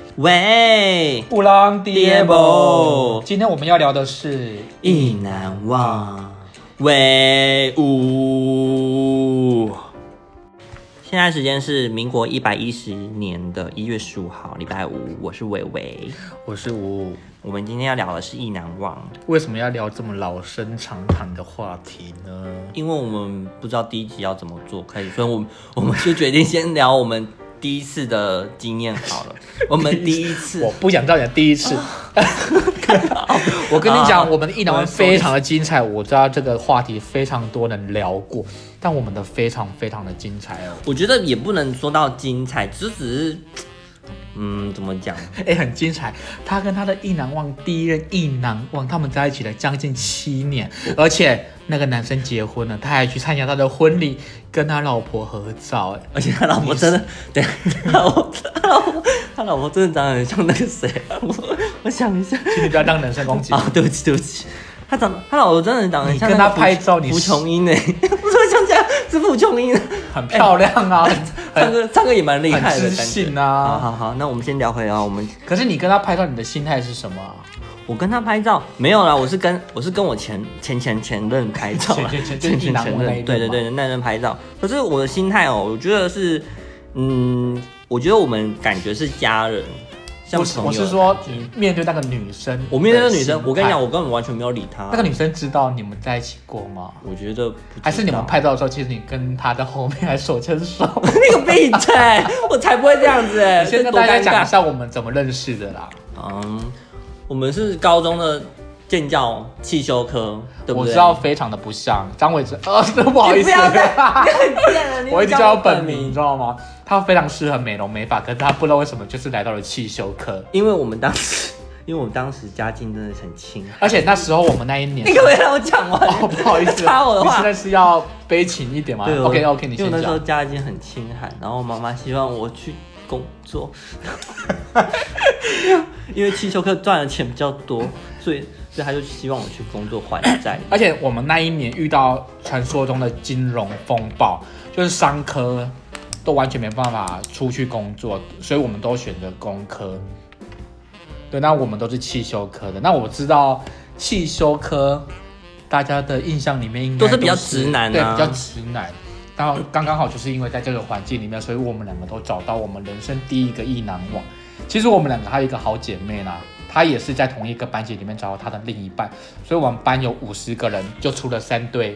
喂， 布朗迪波， 今天我们要聊的是意难忘。喂现在时间是民国110年的1月15号，礼拜五。我是伟伟， 我是吴。 我们今天要聊的是意难忘。 为什么要聊这么老生常谈的话题呢？ 因为我们不知道第一集要怎么做，所以我们就决定先聊我们第一次的经验好了。我们第一次， 我不想知道你的第一次。我跟你讲，我们的意难忘非常的精彩。我知道这个话题非常多人聊过，但我们的非常非常的精彩哦。 我觉得也不能说到精彩，只是怎么讲？ 很精彩。他跟他的意难忘第一任意难忘，他们在一起了将近7年，而且那个男生结婚了，他还去参加他的婚礼，跟他老婆合照。 而且他老婆真的，对，他老婆真的长得很像那个谁？我想一下， 请你不要当人身攻击啊！对不起。他老婆真的长得很像你跟他拍照， 傅琼英我怎么想起来是傅琼英？ 很漂亮啊， 唱歌也蛮厉害的， 很知性啊。 好，那我们先聊回来。 可是你跟他拍照，你的心态是什么啊？ 我跟他拍照没有啦，我是跟我前任拍照啦，前任，对，那任拍照。可是我的心态我觉得是，我觉得我们感觉是家人。 我是说，你面对那个女生， 我面对那个女生，我跟你讲，我根本完全没有理她。 那个女生知道你们在一起过吗？ 我觉得不知道， 还是你们拍照的时候，其实你跟她在后面还手牵手。 那个闭嘴！我才不会这样子你先跟大家讲一下我们怎么认识的啦。 我们是高中的建教汽修科，对不对？ 我知道非常的不像张伟哲，不好意思，我一直叫他本名，你知道吗？他非常适合美容美发，可是他不知道为什么就是来到了汽修科。 因为我们当时家境真的很清， 而且那时候我们那一年， 你可不可以让我讲完？ 不好意思， 插我的话， 你现在是要悲情一点吗？ OK， 你先讲。 因为那时候家境很清寒，然后妈妈希望我去工作，因为汽修科赚的钱比较多，所以他就希望我去工作还债。 而且我们那一年遇到传说中的金融风暴，就是商科都完全没办法出去工作，所以我们都选择工科。对，那我们都是汽修科的。那我知道汽修科大家的印象里面应该都是比较直男啊， 对，比较直男。然后刚好就是因为在这个环境里面，所以我们两个都找到我们人生第一个意难忘。其实我们两个还有一个好姐妹啦，她也是在同一个班级里面找到她的另一半，所以我们班有50个人，就出了3对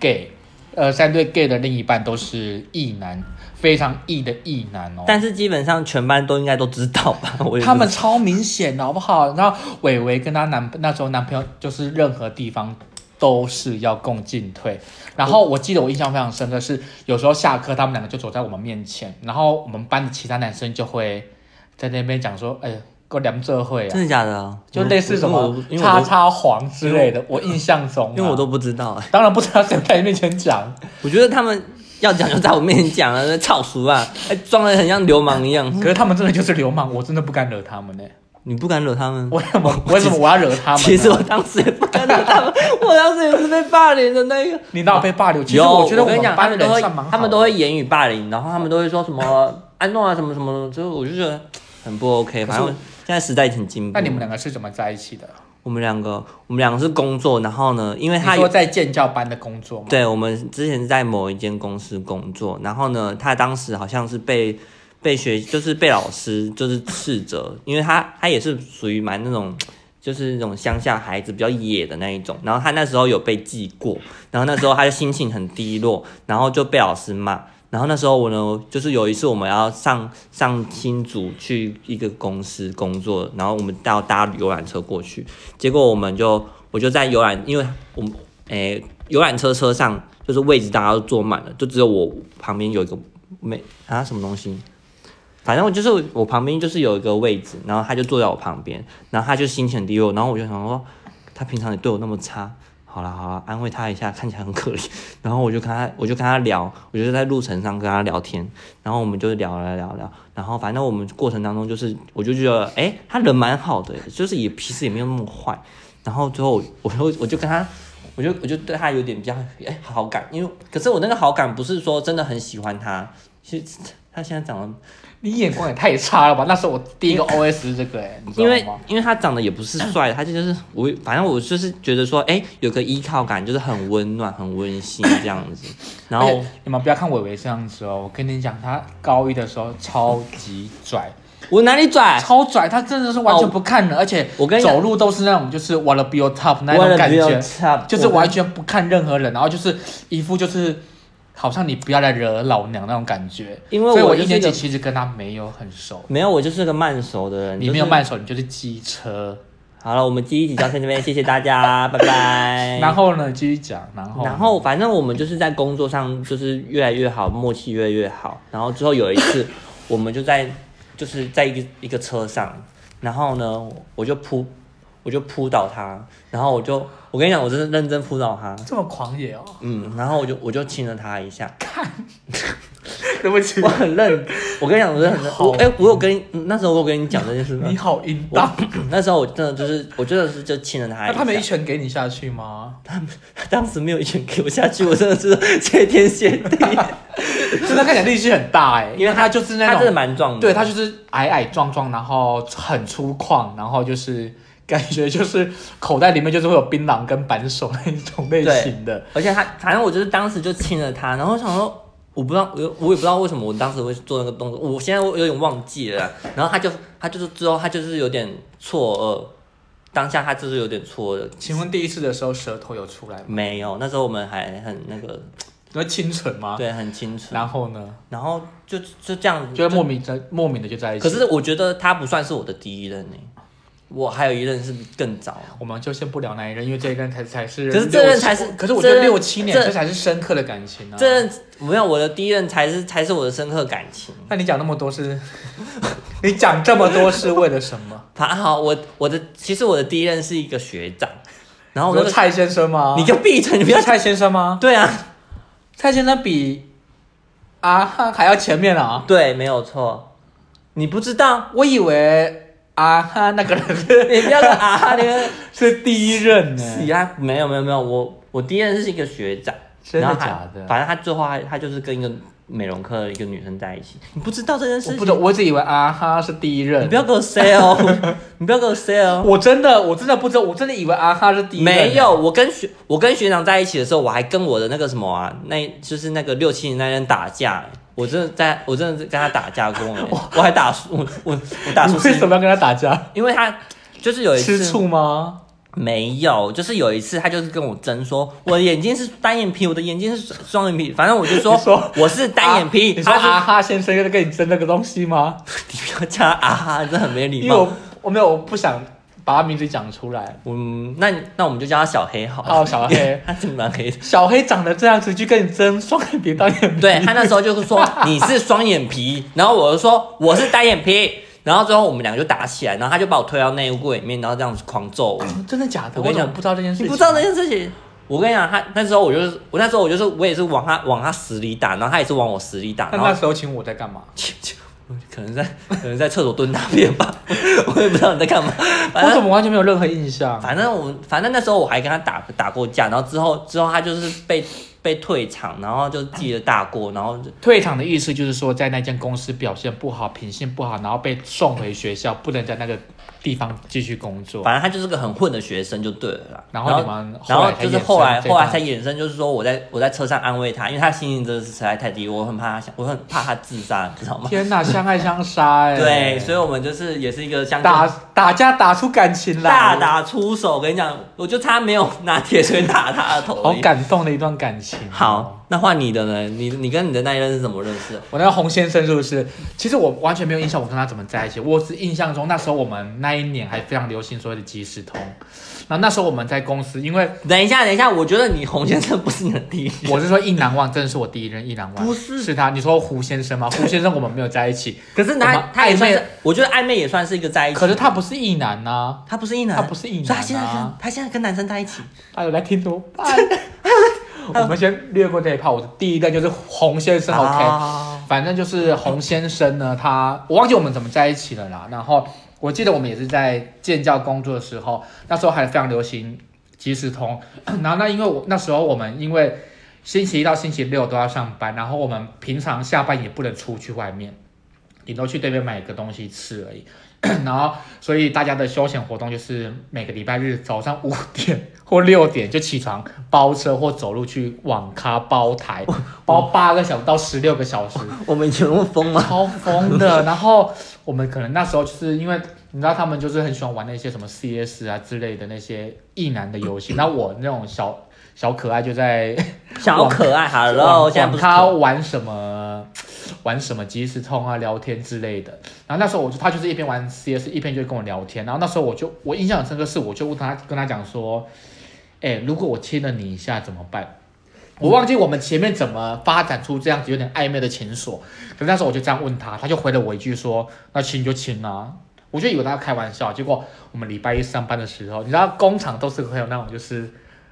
gay，3对 gay 的另一半都是异男，非常异的异男哦。 但是基本上全班都应该都知道吧？ 他们超明显的好不好？然后伟伟跟她那时候男朋友就是任何地方都是要共进退。然后我记得我印象非常深的是，有时候下课他们两个就走在我们面前，然后我们班的其他男生就会在那边讲说：“够两这会啊！” 真的假的？ 就类似什么叉叉黄之类的。我印象中， 因为我都不知道当然不知道谁在你面前讲。 我觉得他们要讲就在我面前讲了，操熟啊，装得很像流氓一样。 可是他们真的就是流氓，我真的不敢惹他们呢。 你不敢惹他们？ 为什么我要惹他们？ 其实我当时也不敢惹他们，我当时也是被霸凌的那个。 你哪有被霸凌？其实我觉得我们班人算蛮好的， 他们都会言语霸凌，然后他们都会说什么安诺啊什么什么，所以我就觉得很不 OK。反正现在时代很进步。 那你们两个是怎么在一起的？ 我们两个是工作，然后呢，因为他你说在建教班的工作吗？ 对，我们之前是在某一间公司工作，然后呢，他当时好像是被老师就是斥责，因为他也是属于蛮那种就是那种乡下孩子比较野的那一种，然后他那时候有被记过，然后那时候他就心情很低落，然后就被老师骂。然后那时候我呢，就是有一次我们要上新竹去一个公司工作，然后我们要搭游览车过去，结果我就在因为我们游览车上就是位置大家都坐满了，就只有我旁边有一个什么东西。反正就是我旁边就是有一个位置，然后他就坐在我旁边，然后他就心情低落，然后我就想说，他平常也对我那么差，好啦，安慰他一下，看起来很可怜。然后我就跟他聊，我就在路程上跟他聊天，然后我们就聊，然后反正我们过程当中就是我就觉得，他人蛮好的，就是其实也没有那么坏。然后最后我就跟他。我就对他有点比较好感，可是我那个好感不是说真的很喜欢他，其实他现在长得， 你眼光也太差了吧？那时候我第一个 OS 是这个你知道吗？ 因为他长得也不是帅，他就是反正我就是觉得说，有个依靠感，就是很温暖、很温馨这样子。然后你们不要看伟伟这样子哦，我跟你讲，他高一的时候超级拽。 我哪里拽？ 超拽，他真的是完全不看人，而且我跟你走路都是那种就是 wanna be your top 那种感觉，就是完全不看任何人，然后就是一副就是好像你不要来惹老娘那种感觉。 因为所以我一年级其实跟他没有很熟。 没有，我就是个慢熟的人。 你没有慢熟，你就是机车。 好了，我们第一集到这边，谢谢大家，拜拜。 然后呢，继续讲，然后反正我们就是在工作上就是越来越好，默契越来越好。然后之后有一次，我们就是在一个车上，然后呢，我就扑倒他，然后我跟你讲，我真的认真扑倒他， 这么狂野哦。 然后我就亲了他一下， 看，对不起， 我很认，我跟你讲，我真的很认，我有跟你那时候我有跟你讲这件事吗？ 你好淫荡。 那时候我真的是就亲了他一下。 那他没一拳给你下去吗？ 他当时没有一拳给我下去，我真的是谢天谢地。 真的看起来力气很大因为他就是那种， 他真的蛮壮的， 对，他就是矮矮壮壮，然后很粗犷，然后就是感觉就是口袋里面就是会有槟榔跟扳手那一种类型的。 而且反正我就是当时就亲了他，然后我想说，我也不知道为什么我当时会做那个动作，我现在有点忘记了。然后他就是之后他就是有点错愕，当下他就是有点错愕。 请问第一次的时候舌头有出来吗？ 没有，那时候我们还很那个。 你说清纯吗？ 对，很清纯。 然后呢？ 然后就这样， 就莫名的就在一起。 可是我觉得他不算是我的第一任我还有一任是更早。 我们就先不聊那一任，因为这一任才是。 可是这任才是， 可是我觉得6-7年这才是深刻的感情啊。 这任没有，我的第一任才是我的深刻感情。 那你讲那么多是？你讲这么多是为了什么？ 好，其实我的第一任是一个学长，然后蔡先生吗？ 你就闭嘴，你不要蔡先生吗？ 对啊。 蔡先生比还要前面啊？ 对，没有错。你不知道？ 我以为那个人你不要说那个是第一任呢。 是啊，没有，我第一任是一个学长， 真的假的？ 反正他最后他就是跟一个美容科的一个女生在一起。你不知道这件事情？ 我不知道，我只以为是第一任。 你不要给我 say 哦，你不要给我 say 哦。 我真的不知道，我真的以为是第一任。 没有，我跟学长在一起的时候，我还跟我的那个什么就是那个6-7年那人打架。我真的跟他打架过我还打输我打输。 你为什么要跟他打架？ 因为他就是有一次吃醋吗？ 没有，就是有一次他就是跟我争说，我的眼睛是单眼皮，我的眼睛是双眼皮，反正我就说我是单眼皮。 你说先生又跟你争那个东西吗？ 你不要叫他真的很没礼貌。 因为我没有，我不想把他名字讲出来。 那我们就叫他小黑好了。 好，小黑， 他真的蛮黑的。 小黑长得这样子，去跟你争双眼皮、单眼皮。 对，他那时候就是说你是双眼皮，然后我就说我是单眼皮，然后最后我们两个就打起来，然后他就把我推到内务柜里面，然后这样子狂揍我。 真的假的？ 我跟你讲， 不知道这件事情。 你不知道这件事情？我跟你讲，那时候我也是往他死里打，然后他也是往我死里打。 那时候请我在干嘛？ 可能在厕所蹲大便吧，我也不知道你在干嘛。 我怎么完全没有任何印象？ 反正那时候我还跟他打过架，然后之后他就是被退场，然后就记了大过，然后退场的意思就是说在那间公司表现不好，品性不好，然后被送回学校，不能在那个地方继续工作。 反正他就是个很混的学生就对了啦。 然后就是后来才衍生，就是说我在车上安慰他，因为他心情真的是实在太低，我很怕他自杀，你知道吗？ 天哪，相爱相杀对，所以我们就是也是一个打架打出感情来， 大打出手。我跟你讲，我就差没有拿铁锤打他的头。 好感动的一段感情。 好，那换你的呢？你跟你的那一任是怎么认识的？ 我那个洪先生是不是？其实我完全没有印象，我跟他怎么在一起。我只印象中那时候我们那一年还非常流行所谓的即时通。然后那时候我们在公司，因为等一下，我觉得你洪先生不是你的第一任。 我是说意难忘，真的是我第一任意难忘。 不是， 是他。你说胡先生吗？胡先生我们没有在一起， 可是他也算是，我觉得暧昧也算是一个在一起。 可是他不是意男啊， 他不是意男，所以他现在跟男生在一起。 他有来听怎么办？我们先略过这一趴。我的第一任就是洪先生 ，OK，反正就是洪先生呢，我忘记我们怎么在一起了啦。然后我记得我们也是在建教工作的时候，那时候还非常流行即时通。然后因为那时候我们因为星期一到星期六都要上班，然后我们平常下班也不能出去外面，顶多去对面买个东西吃而已。然后，所以大家的休闲活动就是每个礼拜日早上5点或6点就起床，包车或走路去网咖包台，包8个小时到16个小时。 我们以前那么疯吗？ 超疯的。然后我们可能那时候就是因为你知道他们就是很喜欢玩那些什么 CS 啊之类的那些异男的游戏，那我那种小可爱就在小可爱，Hello，现在不是他玩什么即时通啊、聊天之类的。然后那时候他就是一边玩 CS 一边就跟我聊天。然后那时候我印象很深刻是，我就跟他讲说，如果我亲了你一下怎么办？我忘记我们前面怎么发展出这样子有点暧昧的情愫，可是那时候我就这样问他，他就回了我一句说：“那亲就亲啊。”我就以为他要开玩笑，结果我们礼拜一上班的时候，你知道工厂都是会有那种就是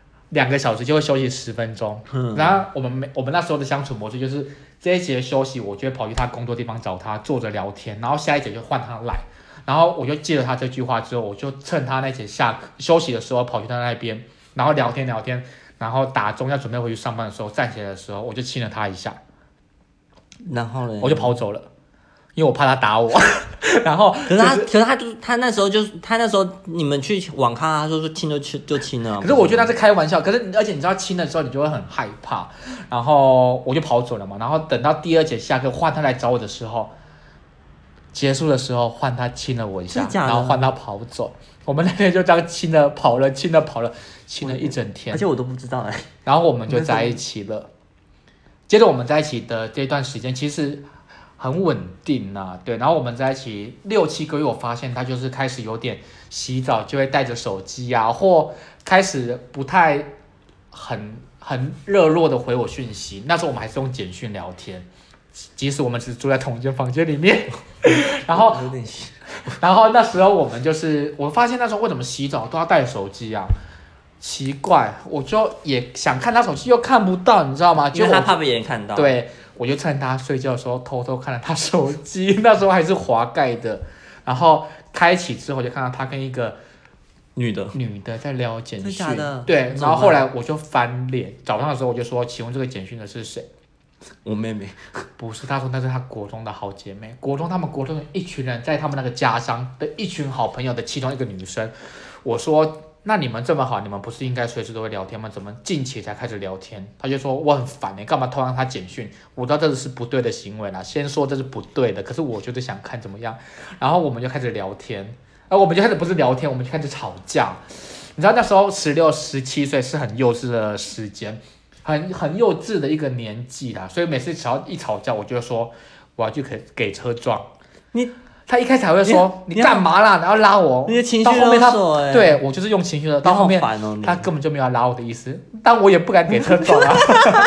2个小时就会休息10分钟，然后我们那时候的相处模式就是这一节休息，我就会跑去他工作地方找他坐着聊天，然后下一节就换他来，然后我就记了他这句话之后，我就趁他那节休息的时候跑去他那边，然后聊天，然后打钟要准备回去上班的时候，站起来的时候，我就亲了他一下， 然后呢， 我就跑走了，因为我怕他打我。然后， 可是他那时候你们去网咖，他说亲就亲了。 可是我觉得他是开玩笑，而且你知道亲的时候你就会很害怕，然后我就跑走了嘛。然后等到第2节下课换他来找我的时候，结束的时候换他亲了我一下，然后换他跑走。我们那天就这样亲了跑了一整天， 而且我都不知道然后我们就在一起了。接着我们在一起的这段时间其实很稳定啊，对。然后我们在一起6、7个月，我发现他就是开始有点洗澡就会带着手机啊，或开始不太很热络的回我讯息。那时候我们还是用简讯聊天，即使我们只是住在同一间房间里面。然后那时候我们就是我发现那时候为什么洗澡都要带手机啊？奇怪，我就也想看他手机又看不到，你知道吗？ 因为他怕别人看到。 对，我就趁他睡觉的时候偷偷看了他手机，那时候还是滑盖的，然后开启之后就看到他跟一个女的在聊简讯。 真的假的？ 对，然后后来我就翻脸，早上的时候我就说，请问这个简讯的是谁？ 我妹妹。 不是，他说那是他国中的好姐妹，他们国中的一群人在他们那个家乡的一群好朋友的其中一个女生。我说那你们这么好，你们不是应该随时都会聊天吗？怎么近期才开始聊天？他就说我很烦，你干嘛偷让他简讯？我知道这是不对的行为啦，先说这是不对的，可是我就是想看怎么样。然后我们就开始聊天，我们就开始不是聊天，我们就开始吵架。你知道那时候16、17岁是很幼稚的时间，很幼稚的一个年纪啦，所以每次只要一吵架，我就说我要去给车撞你。他一开始还会说你干嘛啦，然后拉我， 情绪勒索对我就是用情绪勒索，到后面他根本就没有要拉我的意思，但我也不敢给车撞啊。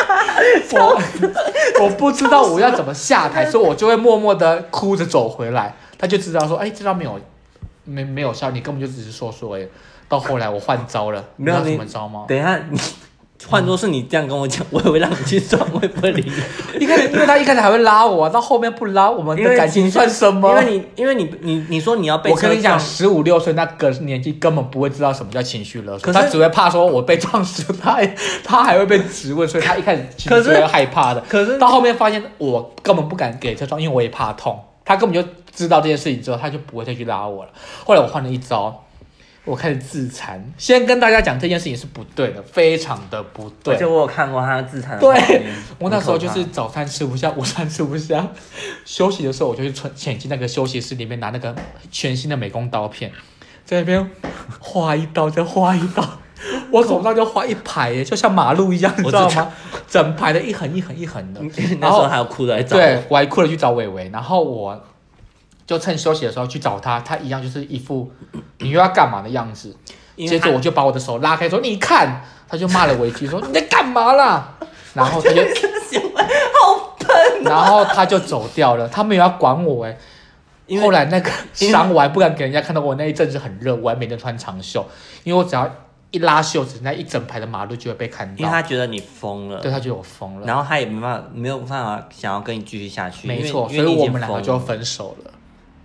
我不知道我要怎么下台，所以我就会默默的哭着走回来，他就知道说，这招没有效，你根本就只是说而已。到后来我换招了，你知道什么招吗？ 等一下换作是你这样跟我讲，我也会让你去撞，我也不会理你。 因为他一开始还会拉我，到后面不拉，我们的感情算什么？ 因为你说你要被车撞， 我跟你讲，15、16岁那个年纪根本不会知道什么叫情绪勒索，他只会怕说我被撞死，他还会被质问，所以他一开始其实会害怕的。可是到后面发现我根本不敢给车撞，因为我也怕痛。他根本就知道这件事情之后，他就不会再去拉我了。后来我换了一招。我开始自残，先跟大家讲这件事情是不对的，非常的不对。 而且我有看过他自残的画面。对，我那时候就是早餐吃不下，午餐吃不下，休息的时候我就去潜进那个休息室里面拿那个全新的美工刀片，在那边画一刀再画一刀，我手上就画一排，就像马路一样，你知道吗？整排的一横一横一横的。 那时候还有哭的来找我。 对，我还哭了去找伟伟，然后我就趁休息的时候去找他，他一样就是一副你又要干嘛的样子。接着我就把我的手拉开说你看，他就骂了我一句说你在干嘛啦，然后他就好笨， 然后他就走掉了，他没有要管我后来那个伤我还不敢给人家看到，我那一阵子很热，我还每天穿长袖，因为我只要一拉袖子，那一整排的马路就会被看到， 因为他觉得你疯了。 对，他觉得我疯了， 然后他也没有办法想要跟你继续下去。 没错，所以我们两个就分手了。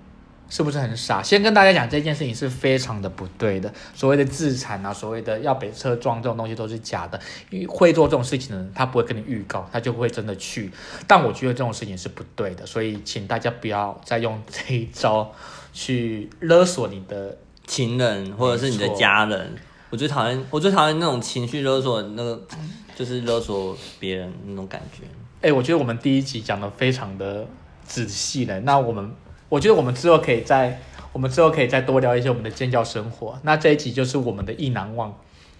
是不是很傻？先跟大家讲，这件事情是非常的不对的。所谓的自残啊，所谓的要被车撞这种东西都是假的。因为会做这种事情的人，他不会跟你预告，他就会真的去。但我觉得这种事情是不对的，所以请大家不要再用这一招去勒索你的情人或者是你的家人。我最讨厌那种情绪勒索，那个就是勒索别人那种感觉。 我觉得我们第一集讲的非常的仔细了。那我觉得我们之后可以再多聊一些我们的尖叫生活。那这一集就是我们的意难忘。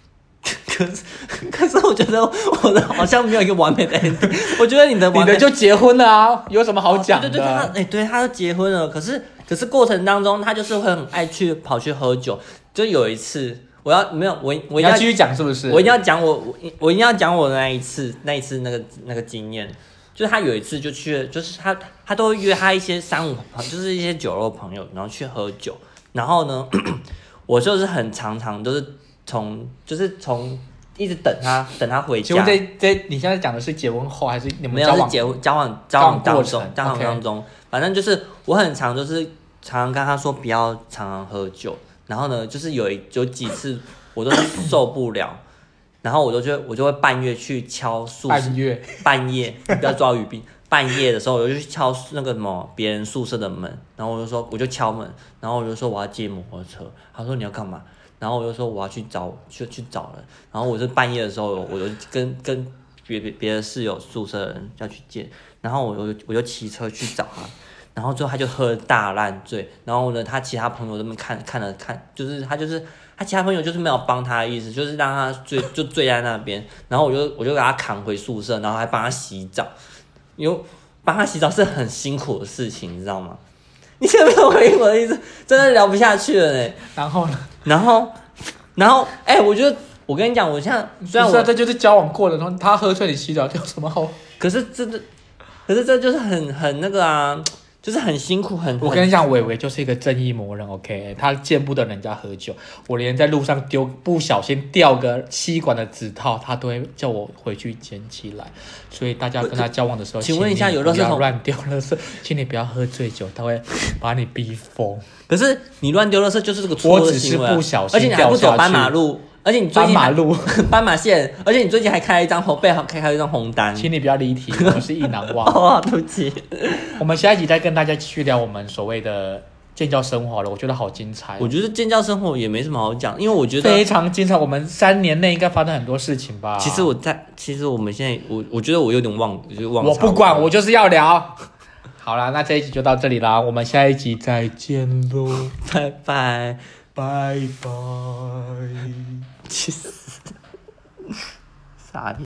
可是我觉得我的好像没有一个完美的 ending。我觉得你的就结婚了啊，有什么好讲的？ 对，他就结婚了。可是过程当中，他就是会很爱跑去喝酒。就有一次，我一定要继续讲是不是？ 我一定要讲我一定要讲我的那一次那个经验。就是他有一次就去，就是他都会约他一些3-5就是一些酒肉朋友，然后去喝酒。然后呢，我就是很常都是从一直等他回家。 请问你现在讲的是结婚后还是你们交往？ 没有，是交往当中，反正就是我很常常跟他说不要常常喝酒。然后呢，就是有几次我都受不了。然后我就会半夜去敲宿舍，半夜你不要抓语病。半夜的时候我就去敲那个什么别人宿舍的门，然后我就敲门，然后我就说我要借摩托车，他说你要干嘛？然后我就说我要去找人，然后我是半夜的时候我就跟别的室友宿舍的人要去借，然后我就骑车去找他。然后最后他就喝大烂醉，然后呢，他其他朋友都看，就是他其他朋友就是没有帮他的意思，就是让他醉在那边。然后我就给他扛回宿舍，然后还帮他洗澡，因为帮他洗澡是很辛苦的事情，你知道吗？你现在没有回应我的意思，真的聊不下去了呢。 然后呢？ 然后，我觉得我跟你讲，我现在虽然这就是交往过的，然后他喝醉你洗澡，有什么好？ 可是这就是很那个啊。就是很辛苦， 我跟你讲，伟伟就是一个正义魔人 ，OK， 他见不得人家喝酒，我连在路上不小心掉个吸管的指套，他都会叫我回去捡起来。所以大家跟他交往的时候， 请问一下，有垃圾桶乱丢垃圾，请你不要喝醉酒，他会把你逼疯。 可是你乱丢垃圾就是这个错的行为， 我只是不小心， 而且你还不走斑马路。而且你最近斑马线，而且你最近还开了一张背后开了一张红单， 请你不要离题，我是意难忘。 哦，对不起。 我们下一集再跟大家继续聊我们所谓的建教生活了，我觉得好精彩。 我觉得建教生活也没什么好讲，因为我觉得非常精彩。我们3年内应该发生很多事情吧？ 其实我们现在我觉得我有点忘， 我不管，我就是要聊。好啦，那这一集就到这里啦，我们下一集再见喽， 拜拜。 拜拜， 去死！傻逼。